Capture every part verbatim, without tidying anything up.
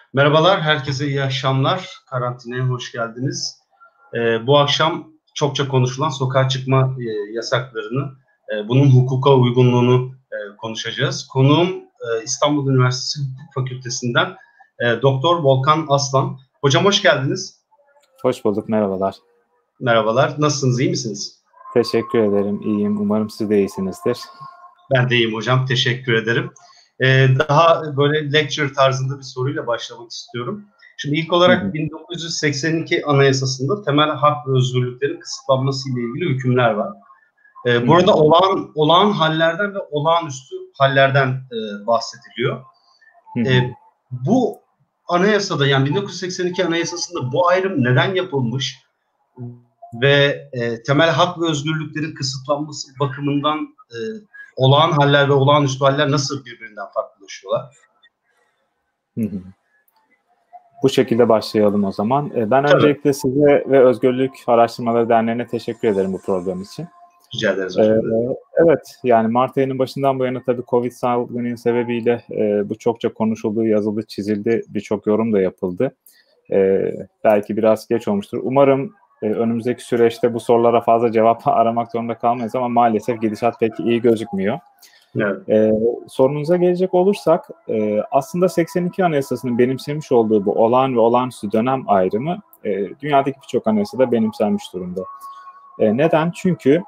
Merhabalar, herkese iyi akşamlar. Karantinaya hoş geldiniz. Ee, bu akşam çokça konuşulan sokağa çıkma e, yasaklarını, e, bunun hukuka uygunluğunu e, konuşacağız. Konuğum e, İstanbul Üniversitesi Hukuk Fakültesinden e, Doktor Volkan Aslan. Hocam hoş geldiniz. Hoş bulduk, merhabalar. Merhabalar, nasılsınız, iyi misiniz? Teşekkür ederim, iyiyim. Umarım siz de iyisinizdir. Ben de iyiyim hocam, teşekkür ederim. Ee, daha böyle lecture tarzında bir soruyla başlamak istiyorum. Şimdi ilk olarak hı hı. bin dokuz yüz seksen iki Anayasası'nda temel hak ve özgürlüklerin kısıtlanması ile ilgili hükümler var. Ee, burada olağan, olağan hallerden ve olağanüstü hallerden e, bahsediliyor. Hı hı. E, bu anayasada, yani bin dokuz yüz seksen iki Anayasası'nda bu ayrım neden yapılmış ve e, temel hak ve özgürlüklerin kısıtlanması bakımından e, olağan haller ve olağanüstü haller nasıl birbirinden farklılaşıyorlar? Hı hı. Bu şekilde başlayalım o zaman. Ben Tabii. Öncelikle size ve Özgürlük Araştırmaları Derneği'ne teşekkür ederim bu program için. Rica ederiz. Ee, evet, yani Mart ayının başından bu yana tabii Covid salgının sebebiyle e, bu çokça konuşuldu, yazıldı, çizildi, birçok yorum da yapıldı. E, belki biraz geç olmuştur. Umarım e, önümüzdeki süreçte bu sorulara fazla cevap aramak zorunda kalmayız ama maalesef gidişat pek iyi gözükmüyor. Evet. Ee, sorunuza gelecek olursak e, aslında seksen iki Anayasası'nın benimsemiş olduğu bu olağan ve olağanüstü dönem ayrımı e, dünyadaki birçok anayasada benimsenmiş durumda. E, neden? Çünkü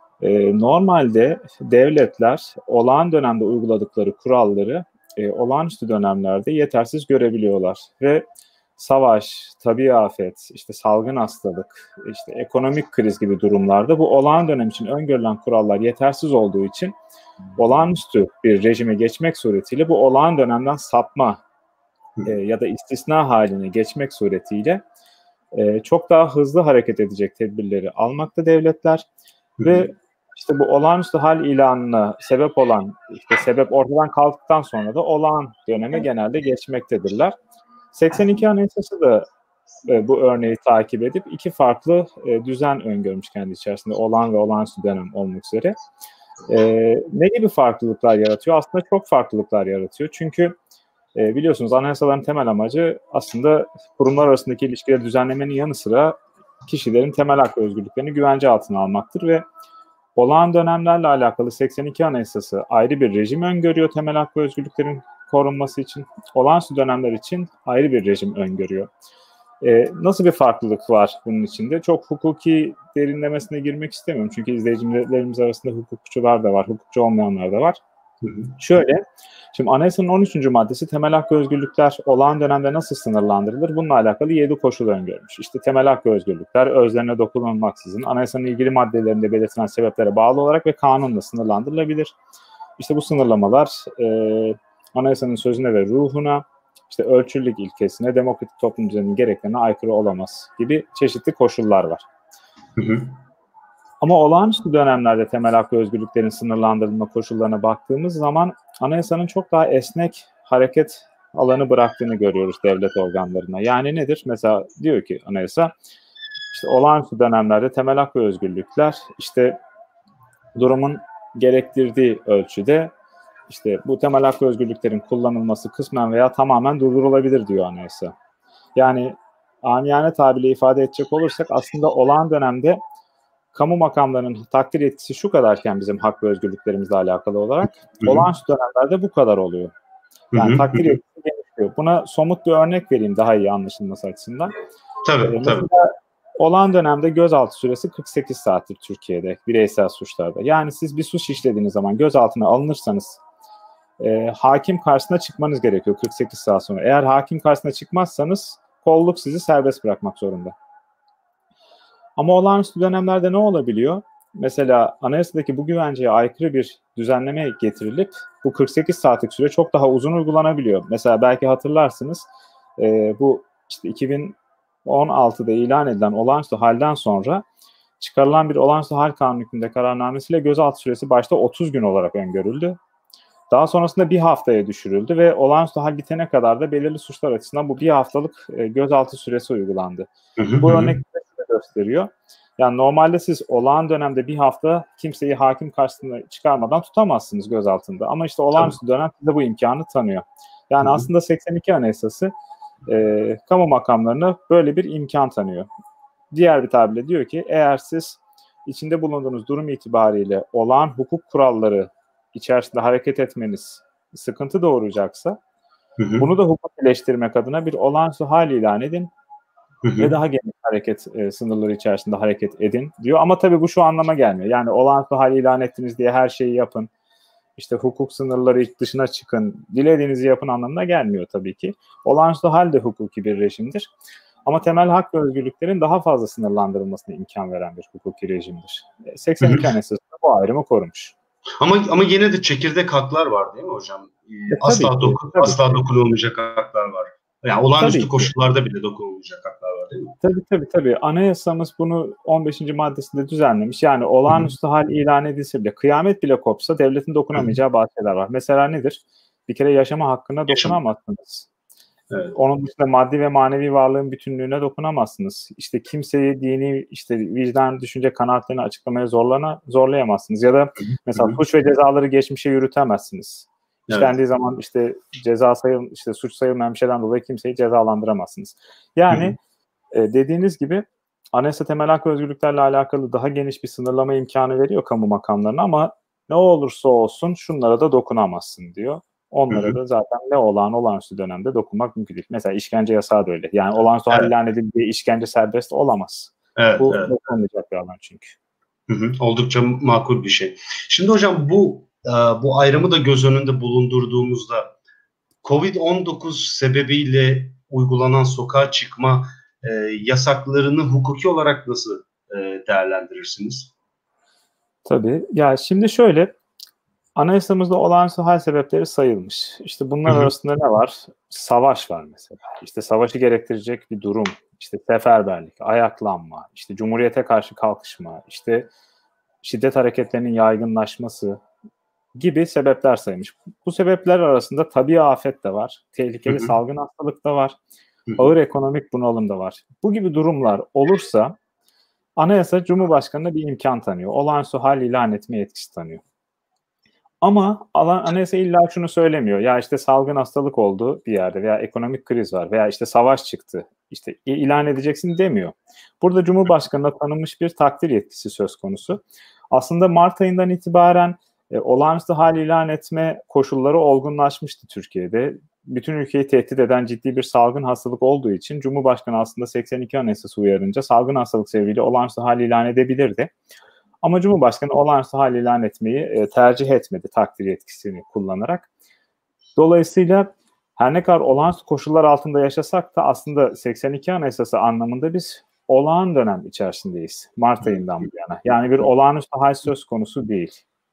e, normalde devletler olağan dönemde uyguladıkları kuralları e, olağanüstü dönemlerde yetersiz görebiliyorlar ve savaş, tabii afet, işte salgın hastalık, işte ekonomik kriz gibi durumlarda bu olağan dönem için öngörülen kurallar yetersiz olduğu için olağanüstü bir rejime geçmek suretiyle bu olağan dönemden sapma e, ya da istisna haline geçmek suretiyle e, çok daha hızlı hareket edecek tedbirleri almakta devletler ve işte bu olağanüstü hal ilanına sebep olan, işte sebep ortadan kalktıktan sonra da olağan döneme genelde geçmektedirler. seksen iki Anayasası da e, bu örneği takip edip iki farklı e, düzen öngörmüş kendi içerisinde, olağan ve olağanüstü dönem olmak üzere. E, ne gibi farklılıklar yaratıyor? Aslında çok farklılıklar yaratıyor. Çünkü e, biliyorsunuz anayasaların temel amacı aslında kurumlar arasındaki ilişkileri düzenlemenin yanı sıra kişilerin temel hak ve özgürlüklerini güvence altına almaktır ve olağan dönemlerle alakalı seksen iki Anayasası ayrı bir rejim öngörüyor temel hak ve özgürlüklerin korunması için. Olağanüstü dönemler için ayrı bir rejim öngörüyor. Ee, nasıl bir farklılık var bunun içinde? Çok hukuki derinlemesine girmek istemiyorum. Çünkü izleyicilerimiz arasında hukukçular da var, hukukçu olmayanlar da var. Hı hı. Şöyle, şimdi Anayasa'nın on üçüncü maddesi temel hak ve özgürlükler olağan dönemde nasıl sınırlandırılır? Bununla alakalı yedi koşul öngörmüş. İşte temel hak ve özgürlükler özlerine dokunulmaksızın Anayasa'nın ilgili maddelerinde belirtilen sebeplere bağlı olarak ve kanunla sınırlandırılabilir. İşte bu sınırlamalar e, Anayasa'nın sözüne ve ruhuna, işte ölçülülük ilkesine, demokratik toplum düzeninin gereklerine aykırı olamaz gibi çeşitli koşullar var. Hı hı. Ama olağanüstü dönemlerde temel hak ve özgürlüklerin sınırlandırılma koşullarına baktığımız zaman anayasanın çok daha esnek hareket alanı bıraktığını görüyoruz devlet organlarına. Yani nedir? Mesela diyor ki anayasa, işte olağanüstü dönemlerde temel hak ve özgürlükler işte durumun gerektirdiği ölçüde işte bu temel hak ve özgürlüklerin kullanılması kısmen veya tamamen durdurulabilir diyor anayasa. Yani amiyane tabirle ifade edecek olursak aslında olağan dönemde kamu makamlarının takdir yetkisi şu kadarken bizim hak ve özgürlüklerimizle alakalı olarak hı hı. olağanüstü dönemlerde bu kadar oluyor. Yani hı hı. takdir yetkisi genişliyor. Buna somut bir örnek vereyim daha iyi anlaşılması açısından. Tabii, ee, tabii. Mesela olağan dönemde gözaltı süresi kırk sekiz saattir Türkiye'de bireysel suçlarda. Yani siz bir suç işlediğiniz zaman gözaltına alınırsanız e, hakim karşısına çıkmanız gerekiyor kırk sekiz saat sonra. Eğer hakim karşısına çıkmazsanız kolluk sizi serbest bırakmak zorunda. Ama olağanüstü dönemlerde ne olabiliyor? Mesela anayasadaki bu güvenceye aykırı bir düzenleme getirilip bu kırk sekiz saatlik süre çok daha uzun uygulanabiliyor. Mesela belki hatırlarsınız e, bu işte iki bin on altıda ilan edilen olağanüstü halden sonra çıkarılan bir olağanüstü hal kanunu hükmünde kararnamesiyle gözaltı süresi başta otuz gün olarak öngörüldü. Daha sonrasında bir haftaya düşürüldü ve olağanüstü hal bitene kadar da belirli suçlar açısından bu bir haftalık e, gözaltı süresi uygulandı. Hı hı, bu örnek gösteriyor. Yani normalde siz olağan dönemde bir hafta kimseyi hakim karşısına çıkarmadan tutamazsınız gözaltında. Ama işte olağanüstü dönem size bu imkanı tanıyor. Yani hı hı. aslında seksen iki Anayasası e, kamu makamlarına böyle bir imkan tanıyor. Diğer bir tabirle diyor ki eğer siz içinde bulunduğunuz durum itibariyle olağan hukuk kuralları içerisinde hareket etmeniz sıkıntı doğuracaksa hı hı. bunu da hukukleştirmek adına bir olağanüstü hal ilan edin hı hı. ve daha geniş hareket e, sınırları içerisinde hareket edin diyor. Ama tabii bu şu anlama gelmiyor. Yani olağanüstü hal ilan ettiniz diye her şeyi yapın. İşte hukuk sınırları dışına çıkın, dilediğinizi yapın anlamına gelmiyor tabii ki. Olağanüstü hal de hukuki bir rejimdir. Ama temel hak ve özgürlüklerin daha fazla sınırlandırılmasına imkan veren bir hukuki rejimdir. seksen iki Anayasası'nda bu ayrımı korumuş. Ama ama yine de çekirdek haklar var değil mi hocam? E, asla ki, doku, asla dokunulmayacak haklar var. Yani olağanüstü koşullarda bile dokunulmayacak haklar var değil mi? Tabii tabii tabii. Anayasamız bunu on beşinci maddesinde düzenlemiş. Yani olağanüstü hal ilan edilse bile, kıyamet bile kopsa devletin dokunamayacağı bazı şeyler var. Mesela nedir? Bir kere yaşama hakkına dokunamazsınız. Evet. Onun dışında maddi ve manevi varlığın bütünlüğüne dokunamazsınız. İşte kimseyi dini, işte vicdan, düşünce kanaatlerini açıklamaya zorlana, zorlayamazsınız. Ya da mesela suç ve cezaları geçmişe yürütemezsiniz. Evet. İşlendiği zaman işte ceza sayıl, işte suç sayılmayan bir şeyden dolayı kimseyi cezalandıramazsınız. Yani e, dediğiniz gibi anayasa temel hak ve özgürlüklerle alakalı daha geniş bir sınırlama imkanı veriyor kamu makamlarına ama ne olursa olsun şunlara da dokunamazsın diyor. Onlara hı hı. da zaten ne olağan olağanüstü dönemde dokunmak mümkün değil. Mesela işkence yasağı da öyle. Yani olağanüstü evet. hal ilan edildiği işkence serbest olamaz. Evet, bu evet. dokunulmayacak bir alan çünkü. Hı hı. Oldukça makul bir şey. Şimdi hocam bu bu ayrımı da göz önünde bulundurduğumuzda kovid on dokuz sebebiyle uygulanan sokağa çıkma e, yasaklarını hukuki olarak nasıl e, değerlendirirsiniz? Tabii. Ya şimdi şöyle, anayasamızda olağanüstü hal sebepleri sayılmış. İşte bunlar hı hı. arasında ne var? Savaş var mesela. İşte savaşı gerektirecek bir durum. İşte seferberlik, ayaklanma, işte cumhuriyete karşı kalkışma, işte şiddet hareketlerinin yaygınlaşması gibi sebepler sayılmış. Bu sebepler arasında tabii afet de var, tehlikeli hı hı. salgın hastalık da var, hı hı. ağır ekonomik bunalım da var. Bu gibi durumlar olursa anayasa Cumhurbaşkanı'na bir imkan tanıyor. Olağanüstü hal ilan etme yetkisi tanıyor. Ama anayasa illa şunu söylemiyor. Ya işte salgın hastalık oldu bir yerde veya ekonomik kriz var veya işte savaş çıktı. İşte ilan edeceksin demiyor. Burada Cumhurbaşkanı'na tanınmış bir takdir yetkisi söz konusu. Aslında Mart ayından itibaren e, olağanüstü hal ilan etme koşulları olgunlaşmıştı Türkiye'de. Bütün ülkeyi tehdit eden ciddi bir salgın hastalık olduğu için Cumhurbaşkanı aslında seksen iki Anayasası uyarınca salgın hastalık sebebiyle olağanüstü hal ilan edebilirdi. Ama Cumhurbaşkanı olağanüstü hal ilan etmeyi e, tercih etmedi takdir yetkisini kullanarak. Dolayısıyla her ne kadar olağanüstü koşullar altında yaşasak da aslında seksen iki Anayasası anlamında biz olağan dönem içerisindeyiz. Mart ayından bu yana. Yani bir olağanüstü hal söz konusu değil.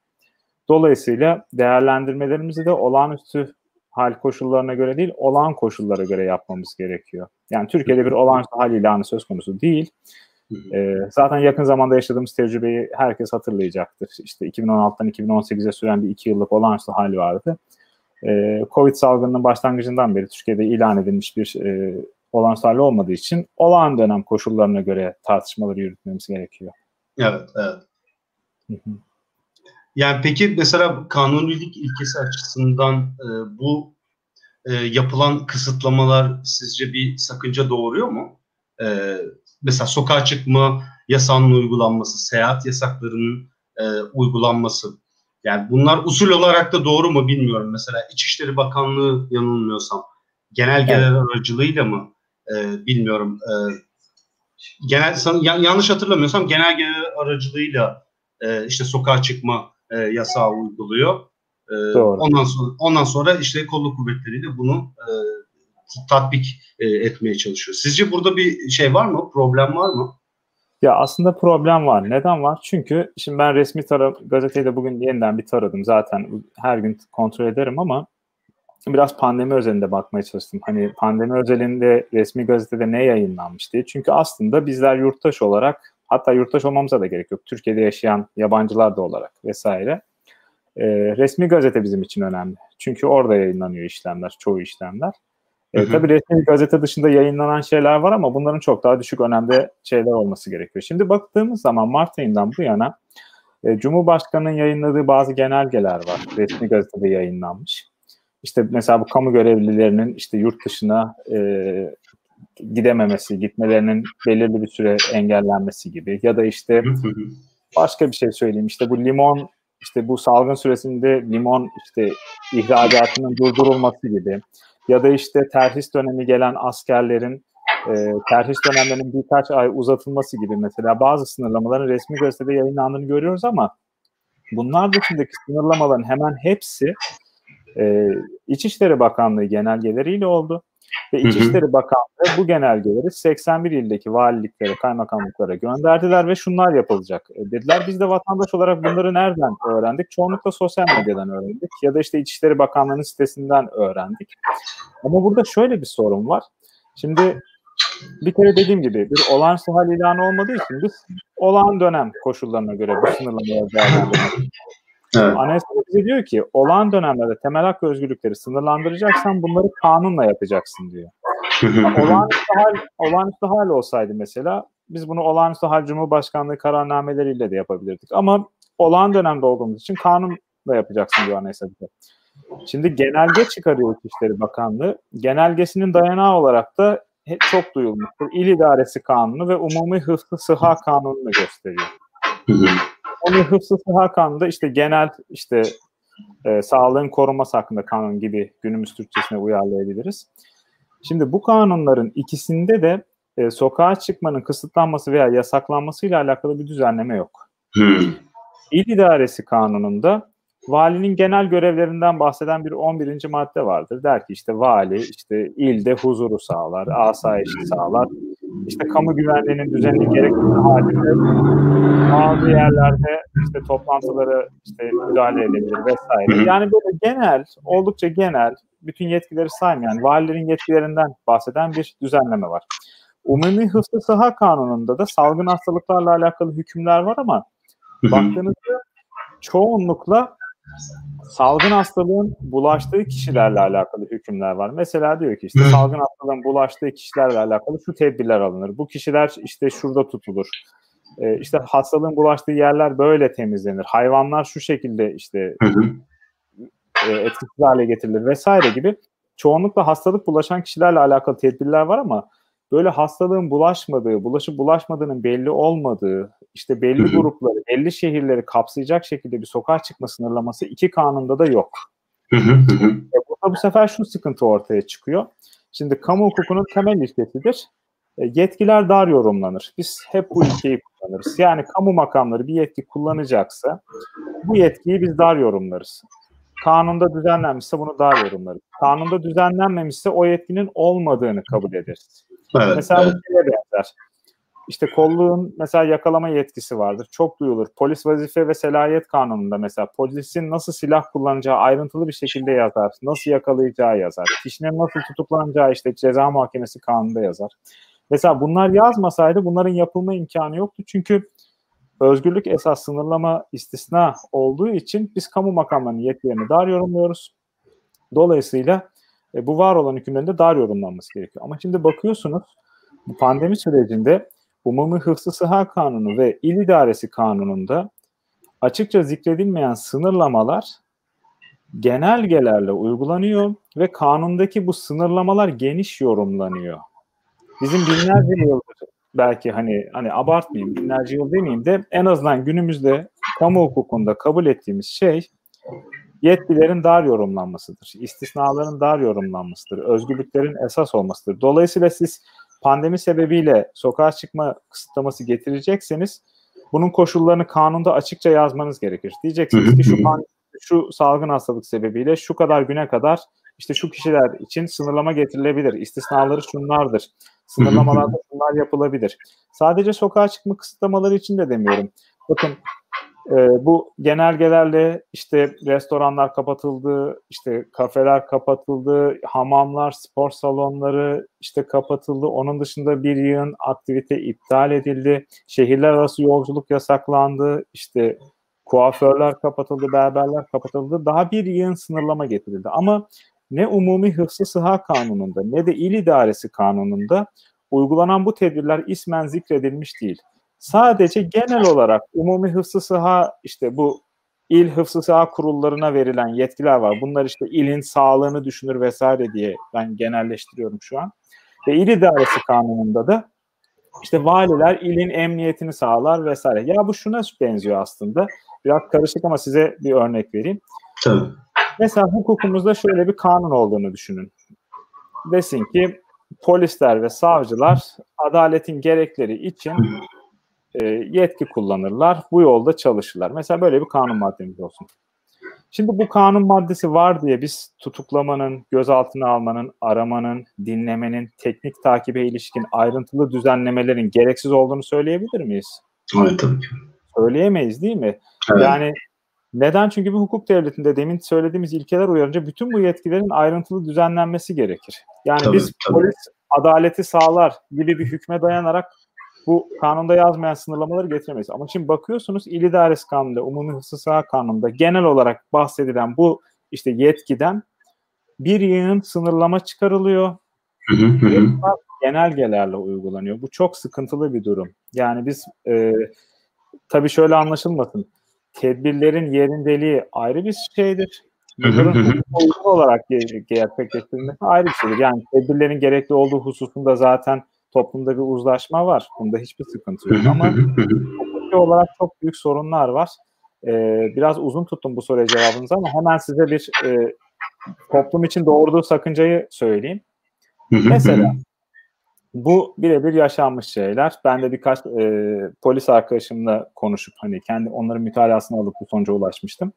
Dolayısıyla değerlendirmelerimizi de olağanüstü hal koşullarına göre değil, olağan koşullara göre yapmamız gerekiyor. Yani Türkiye'de bir olağanüstü hal ilanı söz konusu değil. Ee, zaten yakın zamanda yaşadığımız tecrübeyi herkes hatırlayacaktır. İşte iki bin on altıdan iki bin on sekize süren bir iki yıllık olağanüstü hal vardı. Ee, Covid salgınının başlangıcından beri Türkiye'de ilan edilmiş bir e, olağanüstü hal olmadığı için olağan dönem koşullarına göre tartışmaları yürütmemiz gerekiyor. Evet, evet. Hı hı. Yani peki mesela kanunilik ilkesi açısından e, bu e, yapılan kısıtlamalar sizce bir sakınca doğuruyor mu? E, mesela sokağa çıkma yasağının uygulanması, seyahat yasaklarının e, uygulanması. Yani bunlar usul olarak da doğru mu bilmiyorum. Mesela İçişleri Bakanlığı yanılmıyorsam genelgeler evet. aracılığıyla mı e, bilmiyorum. E, genel yanlış hatırlamıyorsam genelgeler aracılığıyla e, işte sokağa çıkma e, yasağı uyguluyor. E, doğru. Ondan sonra ondan sonra işte kolluk kuvvetleriyle bunu e, tatbik e, etmeye çalışıyor. Sizce burada bir şey var mı? Problem var mı? Ya aslında problem var. Neden var? Çünkü şimdi ben resmi tara gazeteyi de bugün yeniden bir taradım. Zaten her gün kontrol ederim ama biraz pandemi özelinde bakmaya çalıştım. Hani pandemi özelinde resmi gazetede ne yayınlanmış diye. Çünkü aslında bizler yurttaş olarak, hatta yurttaş olmamıza da gerek yok. Türkiye'de yaşayan yabancılar da olarak vesaire. E, resmi gazete bizim için önemli. Çünkü orada yayınlanıyor işlemler, çoğu işlemler. E, tabii resmi gazete dışında yayınlanan şeyler var ama bunların çok daha düşük önemde şeyler olması gerekiyor. Şimdi baktığımız zaman Mart ayından bu yana e, Cumhurbaşkanı'nın yayınladığı bazı genelgeler var. Resmi gazetede yayınlanmış. işte mesela bu kamu görevlilerinin işte yurt dışına e, gidememesi, gitmelerinin belirli bir süre engellenmesi gibi ya da işte başka bir şey söyleyeyim, işte bu limon, işte bu salgın süresinde limon işte ihracatının durdurulması gibi ya da işte terhis dönemi gelen askerlerin e, terhis dönemlerinin birkaç ay uzatılması gibi mesela bazı sınırlamaların resmi gazetede yayınlandığını görüyoruz ama bunlar dışındaki sınırlamaların hemen hepsi e, İçişleri Bakanlığı genelgeleriyle oldu. Ve İçişleri Bakanlığı bu genelgeleri seksen bir ildeki valiliklere, kaymakamlıklara gönderdiler ve şunlar yapılacak e, dediler. Biz de vatandaş olarak bunları nereden öğrendik? Çoğunlukla sosyal medyadan öğrendik ya da işte İçişleri Bakanlığı'nın sitesinden öğrendik. Ama burada şöyle bir sorun var. Şimdi bir kere dediğim gibi bir olağanüstü hal ilanı olmadığı için biz olağan dönem koşullarına göre bu sınırlamaları değerlendirmek. Evet. Anayasa bize diyor ki olağan dönemlerde temel hak ve özgürlükleri sınırlandıracaksan bunları kanunla yapacaksın diyor. olağanüstü hal, olağanüstü hal olsaydı mesela biz bunu olağanüstü hal Cumhurbaşkanlığı kararnameleriyle de yapabilirdik. Ama olağan dönemde olduğumuz için kanunla yapacaksın diyor anayasa bize. Şimdi genelge çıkarıyor İçişleri Bakanlığı. Genelgesinin dayanağı olarak da çok duyulmuştur. İl İdaresi Kanunu ve Umumi Hıfzı Sıha Kanunu'nu gösteriyor. Umumi Hıfzı Sıha Kanunu'da işte genel işte e, sağlığın korunması hakkında kanun gibi günümüz Türkçesine uyarlayabiliriz. Şimdi bu kanunların ikisinde de e, sokağa çıkmanın kısıtlanması veya yasaklanmasıyla alakalı bir düzenleme yok. Hmm. İl İdaresi Kanunu'nda valinin genel görevlerinden bahseden bir on birinci madde vardır. Der ki işte vali işte ilde huzuru sağlar, asayişi sağlar, işte kamu güvenliğinin düzenli gerektiği halinde bazı yerlerde işte toplantıları işte müdahale edebilir vesaire. Yani böyle genel, oldukça genel, bütün yetkileri saymayan, valilerin yetkilerinden bahseden bir düzenleme var. Umumi Hıfzı Sıha Kanunu'nda da salgın hastalıklarla alakalı hükümler var ama baktığınızda çoğunlukla salgın hastalığın bulaştığı kişilerle alakalı hükümler var. Mesela diyor ki işte salgın hastalığın bulaştığı kişilerle alakalı şu tedbirler alınır. Bu kişiler işte şurada tutulur. Ee, işte hastalığın bulaştığı yerler böyle temizlenir. Hayvanlar şu şekilde işte e, etkisiz hale getirilir vesaire gibi. Çoğunlukla hastalık bulaşan kişilerle alakalı tedbirler var ama böyle hastalığın bulaşmadığı, bulaşıp bulaşmadığının belli olmadığı, işte belli grupları, belli şehirleri kapsayacak şekilde bir sokağa çıkma sınırlaması iki kanunda da yok. e burada bu sefer şu sıkıntı ortaya çıkıyor. Şimdi kamu hukukunun temel ilkesidir. E, yetkiler dar yorumlanır. Biz hep bu ilkeyi kullanırız. Yani kamu makamları bir yetki kullanacaksa bu yetkiyi biz dar yorumlarız. Kanunda düzenlenmişse bunu dar yorumlarız. Kanunda düzenlenmemişse o yetkinin olmadığını kabul ederiz. Evet, mesela evet. Bu şeye benzer. İşte kolluğun mesela yakalama yetkisi vardır. Çok duyulur. Polis vazife ve selayet kanununda mesela polisin nasıl silah kullanacağı ayrıntılı bir şekilde yazar. Nasıl yakalayacağı yazar. Kişinin nasıl tutuklanacağı işte ceza muhakemesi kanununda yazar. Mesela bunlar yazmasaydı bunların yapılma imkanı yoktu. Çünkü özgürlük esas sınırlama istisna olduğu için biz kamu makamlarının yetkilerini dar yorumluyoruz. Dolayısıyla e, bu var olan hükümlerin de dar yorumlanması gerekiyor. Ama şimdi bakıyorsunuz bu pandemi sürecinde Umumi Hıfzı Sıha Kanunu ve İl İdaresi Kanunu'nda açıkça zikredilmeyen sınırlamalar genelgelerle uygulanıyor ve kanundaki bu sınırlamalar geniş yorumlanıyor. Bizim binlerce yıldır belki hani hani abartmayayım, binlerce yıl demeyeyim de en azından günümüzde kamu hukukunda kabul ettiğimiz şey yetkilerin dar yorumlanmasıdır. İstisnaların dar yorumlanmasıdır. Özgürlüklerin esas olmasıdır. Dolayısıyla siz pandemi sebebiyle sokağa çıkma kısıtlaması getirecekseniz bunun koşullarını kanunda açıkça yazmanız gerekir. Diyeceksiniz ki şu, şu salgın hastalık sebebiyle şu kadar güne kadar işte şu kişiler için sınırlama getirilebilir. İstisnaları şunlardır. Sınırlamalarda şunlar yapılabilir. Sadece sokağa çıkma kısıtlamaları için de demiyorum. Bakın e, bu genelgelerle işte restoranlar kapatıldı, işte kafeler kapatıldı, hamamlar, spor salonları işte kapatıldı. Onun dışında bir yığın aktivite iptal edildi. Şehirler arası yolculuk yasaklandı. İşte kuaförler kapatıldı, berberler kapatıldı. Daha bir yığın sınırlama getirildi. Ama ne Umumi Hıfzı Sıha Kanunu'nda ne de İl İdaresi Kanunu'nda uygulanan bu tedbirler ismen zikredilmiş değil. Sadece genel olarak Umumi Hıfzı Sıha işte bu il hıfzı saha kurullarına verilen yetkiler var. Bunlar işte ilin sağlığını düşünür vesaire diye ben genelleştiriyorum şu an. Ve il idaresi kanununda da işte valiler ilin emniyetini sağlar vesaire. Ya bu şuna benziyor aslında. Biraz karışık ama size bir örnek vereyim. Tabii. Mesela hukukumuzda şöyle bir kanun olduğunu düşünün. Desin ki polisler ve savcılar adaletin gerekleri için e, yetki kullanırlar. Bu yolda çalışırlar. Mesela böyle bir kanun maddemiz olsun. Şimdi bu kanun maddesi var diye biz tutuklamanın, gözaltına almanın, aramanın, dinlemenin, teknik takibe ilişkin ayrıntılı düzenlemelerin gereksiz olduğunu söyleyebilir miyiz? Evet, tabii ki. Söyleyemeyiz değil mi? Evet. Yani neden? Çünkü bir hukuk devletinde demin söylediğimiz ilkeler uyarınca bütün bu yetkilerin ayrıntılı düzenlenmesi gerekir. Yani Tabii, biz tabii. polis adaleti sağlar gibi bir hükme dayanarak bu kanunda yazmayan sınırlamaları getiremeyiz. Ama şimdi bakıyorsunuz İl İdaresi Kanunu'nda, Umumi Hıfzı Saha Kanunu'nda genel olarak bahsedilen bu işte yetkiden bir yığın sınırlama çıkarılıyor. Hı hı hı. Genelgelerle uygulanıyor. Bu çok sıkıntılı bir durum. Yani biz e, tabii şöyle anlaşılmasın. Tedbirlerin yerindeliği ayrı bir şeydir. Bunların uygun olarak gerçekleştirilmesi ayrı bir şeydir. Yani tedbirlerin gerekli olduğu hususunda zaten toplumda bir uzlaşma var. Bunda hiçbir sıkıntı yok. Ama hukuki olarak çok büyük sorunlar var. Ee, biraz uzun tuttum bu soruya cevabınızı ama hemen size bir e, toplum için doğurduğu sakıncayı söyleyeyim. Mesela bu birebir yaşanmış şeyler. Ben de birkaç e, polis arkadaşımla konuşup hani kendi onların mütalasını alıp bu sonuca ulaşmıştım.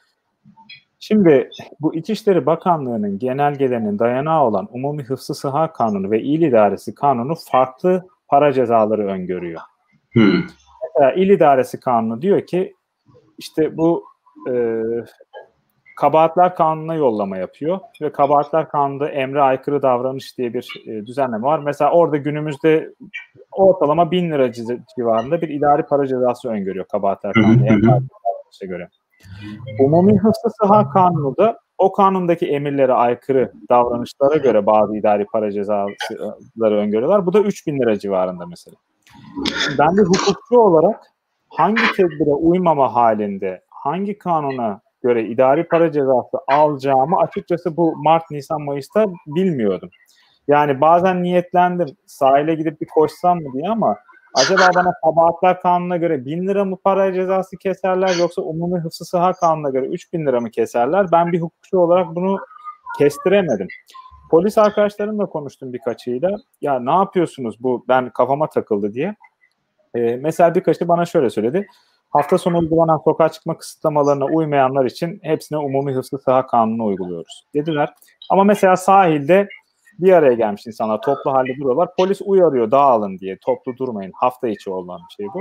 Şimdi bu İçişleri Bakanlığı'nın genelgelerinin dayanağı olan Umumi Hıfzı Saha Kanunu ve İl İdaresi Kanunu farklı para cezaları öngörüyor. Hmm. Mesela İl İdaresi Kanunu diyor ki işte bu e, Kabahatler Kanunu'na yollama yapıyor ve Kabahatler Kanunu'nda emre aykırı davranış diye bir e, düzenleme var. Mesela orada günümüzde ortalama bin lira civarında bir idari para cezası öngörüyor Kabahatler Kanunu emre aykırı davranışa göre. Umumi Hıfzı Saha Kanunu da o kanundaki emirlere aykırı davranışlara göre bazı idari para cezaları öngörüyorlar. Bu da üç bin lira civarında mesela. Ben de hukukçu olarak hangi tedbire uymama halinde hangi kanuna göre idari para cezası alacağımı açıkçası bu Mart, Nisan, Mayıs'ta bilmiyordum. Yani bazen niyetlendim sahile gidip bir koşsam mı diye ama acaba bana Kabahatler Kanunu'na göre bin lira mı para cezası keserler yoksa Umumi Hıfzı Saha Kanunu'na göre üç bin lira mı keserler? Ben bir hukukçu olarak bunu kestiremedim. Polis arkadaşlarımla konuştum birkaçıyla. Ya ne yapıyorsunuz bu ben kafama takıldı diye. Ee, mesela birkaçı bana şöyle söyledi. Hafta sonu uygulanan sokağa çıkma kısıtlamalarına uymayanlar için hepsine Umumi Hıfzı Saha Kanunu'nu uyguluyoruz dediler. Ama mesela sahilde bir araya gelmiş insanlar toplu halde duruyorlar. Polis uyarıyor dağılın diye toplu durmayın. Hafta içi olan bir şey bu.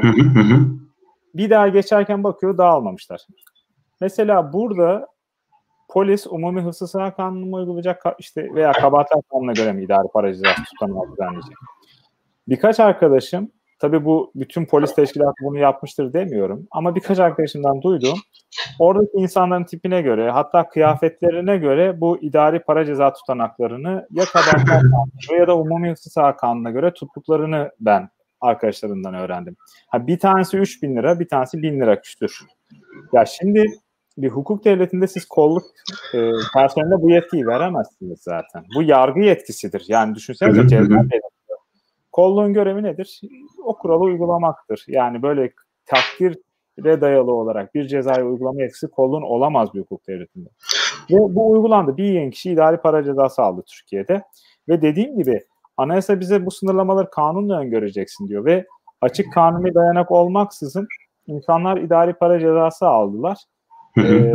Bir daha geçerken bakıyor dağılmamışlar. Mesela burada polis Umumi Hıfzı Saha Kanunu'nu uygulayacak işte veya Kabahatler Kanunu'na göre mi idari para cezası tutanağı düzenleyecek? Birkaç arkadaşım tabii bu bütün polis teşkilatı bunu yapmıştır demiyorum ama birkaç arkadaşımdan duydum. Oradaki insanların tipine göre hatta kıyafetlerine göre bu idari para ceza tutanaklarını ya Kabahatler Kanunu ya da Umumi Hıfzı Saha Kanunu'na göre tuttuklarını ben arkadaşlarımdan öğrendim. Ha, bir tanesi üç bin lira bir tanesi bin lira küsür. Ya şimdi bir hukuk devletinde siz kolluk e, personeline bu yetkiyi veremezsiniz zaten. Bu yargı yetkisidir. Yani düşünsenize ceza devleti. Kolluğun görevi nedir? O kuralı uygulamaktır. Yani böyle takdire dayalı olarak bir cezayı uygulama yetkisi kolluğun olamaz bir hukuk devletinde. Ve bu uygulandı. Bir yığın kişi idari para cezası aldı Türkiye'de. Ve dediğim gibi anayasa bize bu sınırlamaları kanunla öngöreceksin diyor. Ve açık kanuni dayanak olmaksızın insanlar idari para cezası aldılar. ee,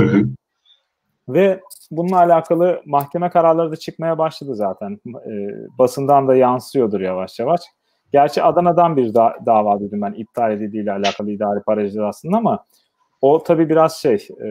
ve bununla alakalı mahkeme kararları da çıkmaya başladı zaten. E, basından da yansıyordur yavaş yavaş. Gerçi Adana'dan bir da- dava duydum ben iptal edildiğiyle alakalı idari para cezasının ama o tabii biraz şey e,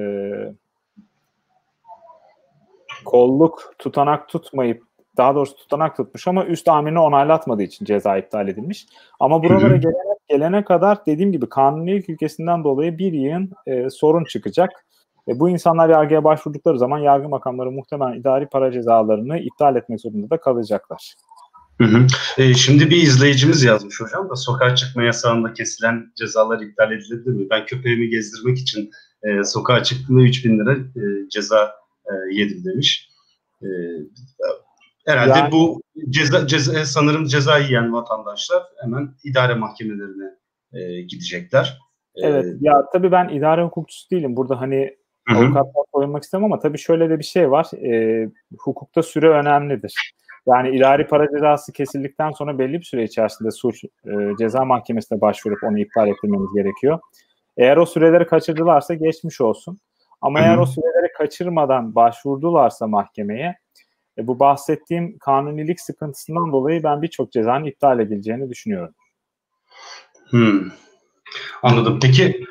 kolluk tutanak tutmayıp daha doğrusu tutanak tutmuş ama üst amirini onaylatmadığı için ceza iptal edilmiş. Ama buralara gelene, gelene kadar dediğim gibi kanunilik ülkesinden dolayı bir yığın e, sorun çıkacak. E, bu insanlar yargıya başvurdukları zaman yargı makamları muhtemelen idari para cezalarını iptal etmek zorunda da kalacaklar. Hı hı. E, şimdi bir izleyicimiz yazmış hocam da sokağa çıkma yasağında kesilen cezalar iptal edilebilir mi? Ben köpeğimi gezdirmek için e, sokağa çıktığında üç bin lira e, ceza e, yedim demiş. E, herhalde yani, bu ceza, ceza sanırım ceza yiyen vatandaşlar hemen idare mahkemelerine e, gidecekler. Evet, ee, ya tabii ben idare hukukçusu değilim. Burada hani avukatlar koymak istemem ama tabii şöyle de bir şey var. E, hukukta süre önemlidir. Yani idari para cezası kesildikten sonra belli bir süre içerisinde suç e, ceza mahkemesine başvurup onu iptal ettirmemiz gerekiyor. Eğer o süreleri kaçırdılarsa geçmiş olsun. Ama Hı-hı. eğer o süreleri kaçırmadan başvurdularsa mahkemeye e, bu bahsettiğim kanunilik sıkıntısından dolayı ben birçok cezanın iptal edileceğini düşünüyorum. Hmm. Anladım. Peki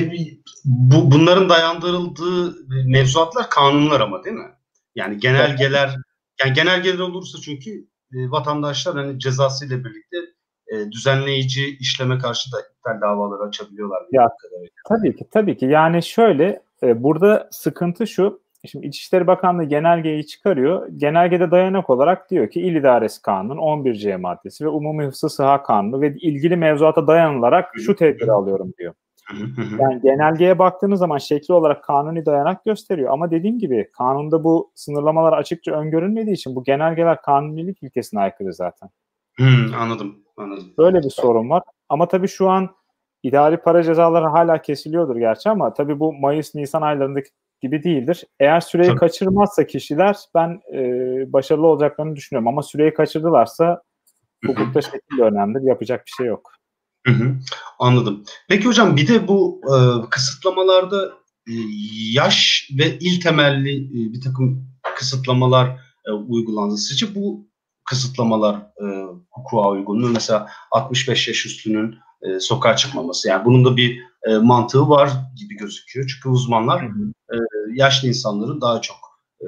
bu bunların dayandırıldığı mevzuatlar kanunlar ama değil mi? Yani genelgeler, yani genelgeler olursa çünkü e, vatandaşlar hani cezasıyla birlikte e, düzenleyici işleme karşı da iptal davaları açabiliyorlar. Ya tabii ki tabii ki. Yani şöyle e, burada sıkıntı şu. Şimdi İçişleri Bakanlığı genelgeyi çıkarıyor. Genelgede dayanak olarak diyor ki İl İdaresi Kanunu on bir C maddesi ve Umumi Hıfzı Sıha Kanunu ve ilgili mevzuata dayanılarak şu tedbiri alıyorum diyor. Yani genelgeye baktığınız zaman şekli olarak kanuni dayanak gösteriyor. Ama dediğim gibi kanunda bu sınırlamalar açıkça öngörülmediği için bu genelgeler kanunilik ilkesine aykırı zaten. Hmm, anladım, anladım. Böyle bir sorun var. Ama tabii şu an idari para cezaları hala kesiliyordur gerçi ama tabii bu Mayıs-Nisan aylarındaki gibi değildir. Eğer süreyi tabii. kaçırmazsa kişiler ben e, başarılı olacaklarını düşünüyorum. Ama süreyi kaçırdılarsa hukukta şekil önemlidir. Yapacak bir şey yok. Hı hı, anladım. Peki hocam bir de bu e, kısıtlamalarda e, yaş ve il temelli e, bir takım kısıtlamalar e, uygulandı. Sizce bu kısıtlamalar e, hukuka uygun mu? Mesela altmış beş yaş üstünün e, sokağa çıkmaması. Yani bunun da bir e, mantığı var gibi gözüküyor. Çünkü uzmanlar hı hı. E, yaşlı insanların daha çok e,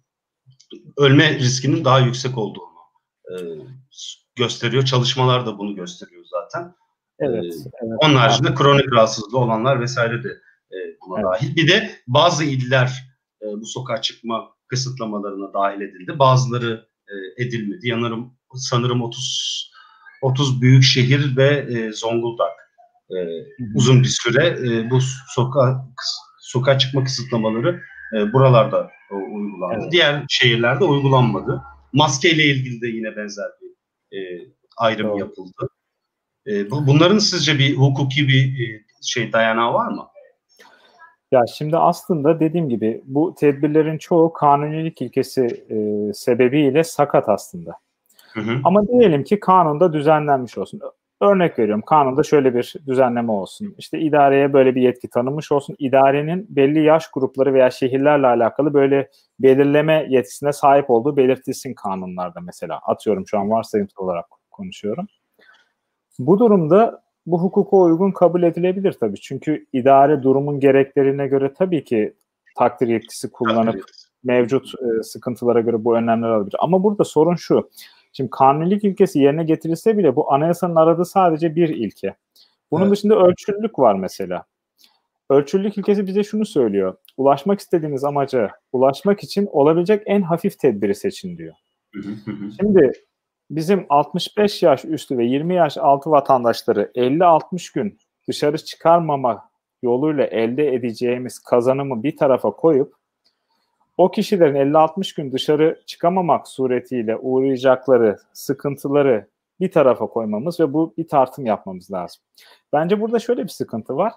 ölme riskinin daha yüksek olduğunu e, gösteriyor. Çalışmalar da bunu gösteriyor zaten. Evet, ee, evet. Onun haricinde kronik rahatsızlığı olanlar vesaire de e, buna evet. dahil. Bir de bazı iller e, bu sokağa çıkma kısıtlamalarına dahil edildi. Bazıları e, edilmedi. Yanarım, sanırım otuz otuz büyük şehir ve e, Zonguldak e, uzun bir süre e, bu sokağa sokağa çıkma kısıtlamaları e, buralarda e, uygulandı. Evet. Diğer şehirlerde uygulanmadı. Maske ile ilgili de yine benzer bir e, ayrım Doğru. yapıldı. E, bu, bunların sizce bir hukuki bir e, şey dayanağı var mı? Ya şimdi aslında dediğim gibi bu tedbirlerin çoğu kanunilik ilkesi e, sebebiyle sakat aslında. Hı hı. Ama diyelim ki kanunda düzenlenmiş olsun. Örnek veriyorum, kanunda şöyle bir düzenleme olsun. İşte idareye böyle bir yetki tanınmış olsun. İdarenin belli yaş grupları veya şehirlerle alakalı böyle belirleme yetkisine sahip olduğu belirtilsin kanunlarda mesela. Atıyorum, şu an varsayımsal olarak konuşuyorum. Bu durumda bu hukuka uygun kabul edilebilir tabii. Çünkü idare durumun gereklerine göre tabii ki takdir yetkisi kullanıp mevcut e, sıkıntılara göre bu önlemler alabilir. Ama burada sorun şu. Şimdi kanunilik ilkesi yerine getirilse bile bu anayasanın aradığı sadece bir ilke. Bunun evet. dışında ölçülülük var mesela. Ölçülülük ilkesi bize şunu söylüyor. Ulaşmak istediğiniz amaca ulaşmak için olabilecek en hafif tedbiri seçin diyor. Şimdi bizim altmış beş yaş üstü ve yirmi yaş altı vatandaşları elli altmış gün dışarı çıkarmama yoluyla elde edeceğimiz kazanımı bir tarafa koyup o kişilerin elli altmış gün dışarı çıkamamak suretiyle uğrayacakları sıkıntıları bir tarafa koymamız ve bu bir tartım yapmamız lazım. Bence burada şöyle bir sıkıntı var.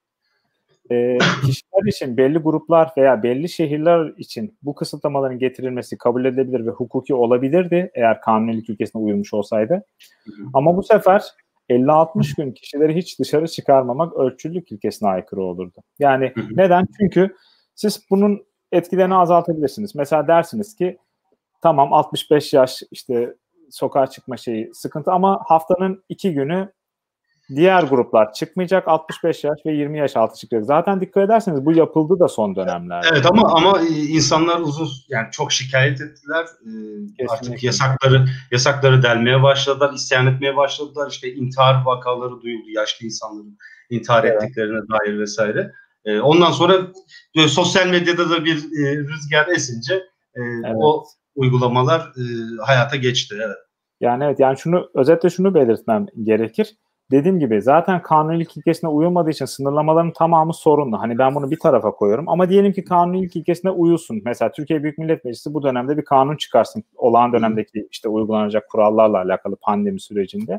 E, kişiler için belli gruplar veya belli şehirler için bu kısıtlamaların getirilmesi kabul edilebilir ve hukuki olabilirdi eğer kanunilik ülkesine uyulmuş olsaydı. Hı hı. Ama bu sefer elli altmış gün kişileri hiç dışarı çıkarmamak ölçülülük ilkesine aykırı olurdu. Yani hı hı. neden? Çünkü siz bunun etkilerini azaltabilirsiniz. Mesela dersiniz ki tamam altmış beş yaş işte sokağa çıkma şeyi sıkıntı ama haftanın iki günü diğer gruplar çıkmayacak, altmış beş yaş ve yirmi yaş altı çıkacak. Zaten dikkat ederseniz bu yapıldı da son dönemlerde. Evet ama ama insanlar uzun yani çok şikayet ettiler. Ee, artık yasakları yasakları delmeye başladılar, isyan etmeye başladılar. İşte intihar vakaları duyuldu, yaşlı insanların intihar evet. ettiklerine dair vesaire. Ee, ondan sonra e, sosyal medyada da bir e, rüzgar esince e, evet. o uygulamalar e, hayata geçti. Evet. Yani evet, yani şunu özetle şunu belirtmem gerekir. dediğim gibi zaten kanunilik ilkesine uyulmadığı için sınırlamaların tamamı sorunlu. Hani ben bunu bir tarafa koyuyorum ama diyelim ki kanunilik ilkesine uyulsun. Mesela Türkiye Büyük Millet Meclisi bu dönemde bir kanun çıkarsın. Olağan dönemdeki işte uygulanacak kurallarla alakalı pandemi sürecinde.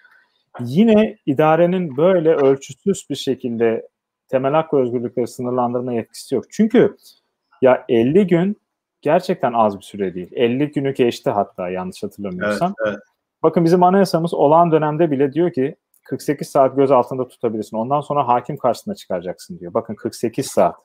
Yine idarenin böyle ölçüsüz bir şekilde temel hak ve özgürlükleri sınırlandırma yetkisi yok. Çünkü ya elli gün gerçekten az bir süre değil. elli günü geçti hatta yanlış hatırlamıyorsam. Evet, evet. Bakın bizim anayasamız olağan dönemde bile diyor ki kırk sekiz saat gözaltında tutabilirsin. Ondan sonra hakim karşısına çıkaracaksın diyor. Bakın kırk sekiz saat.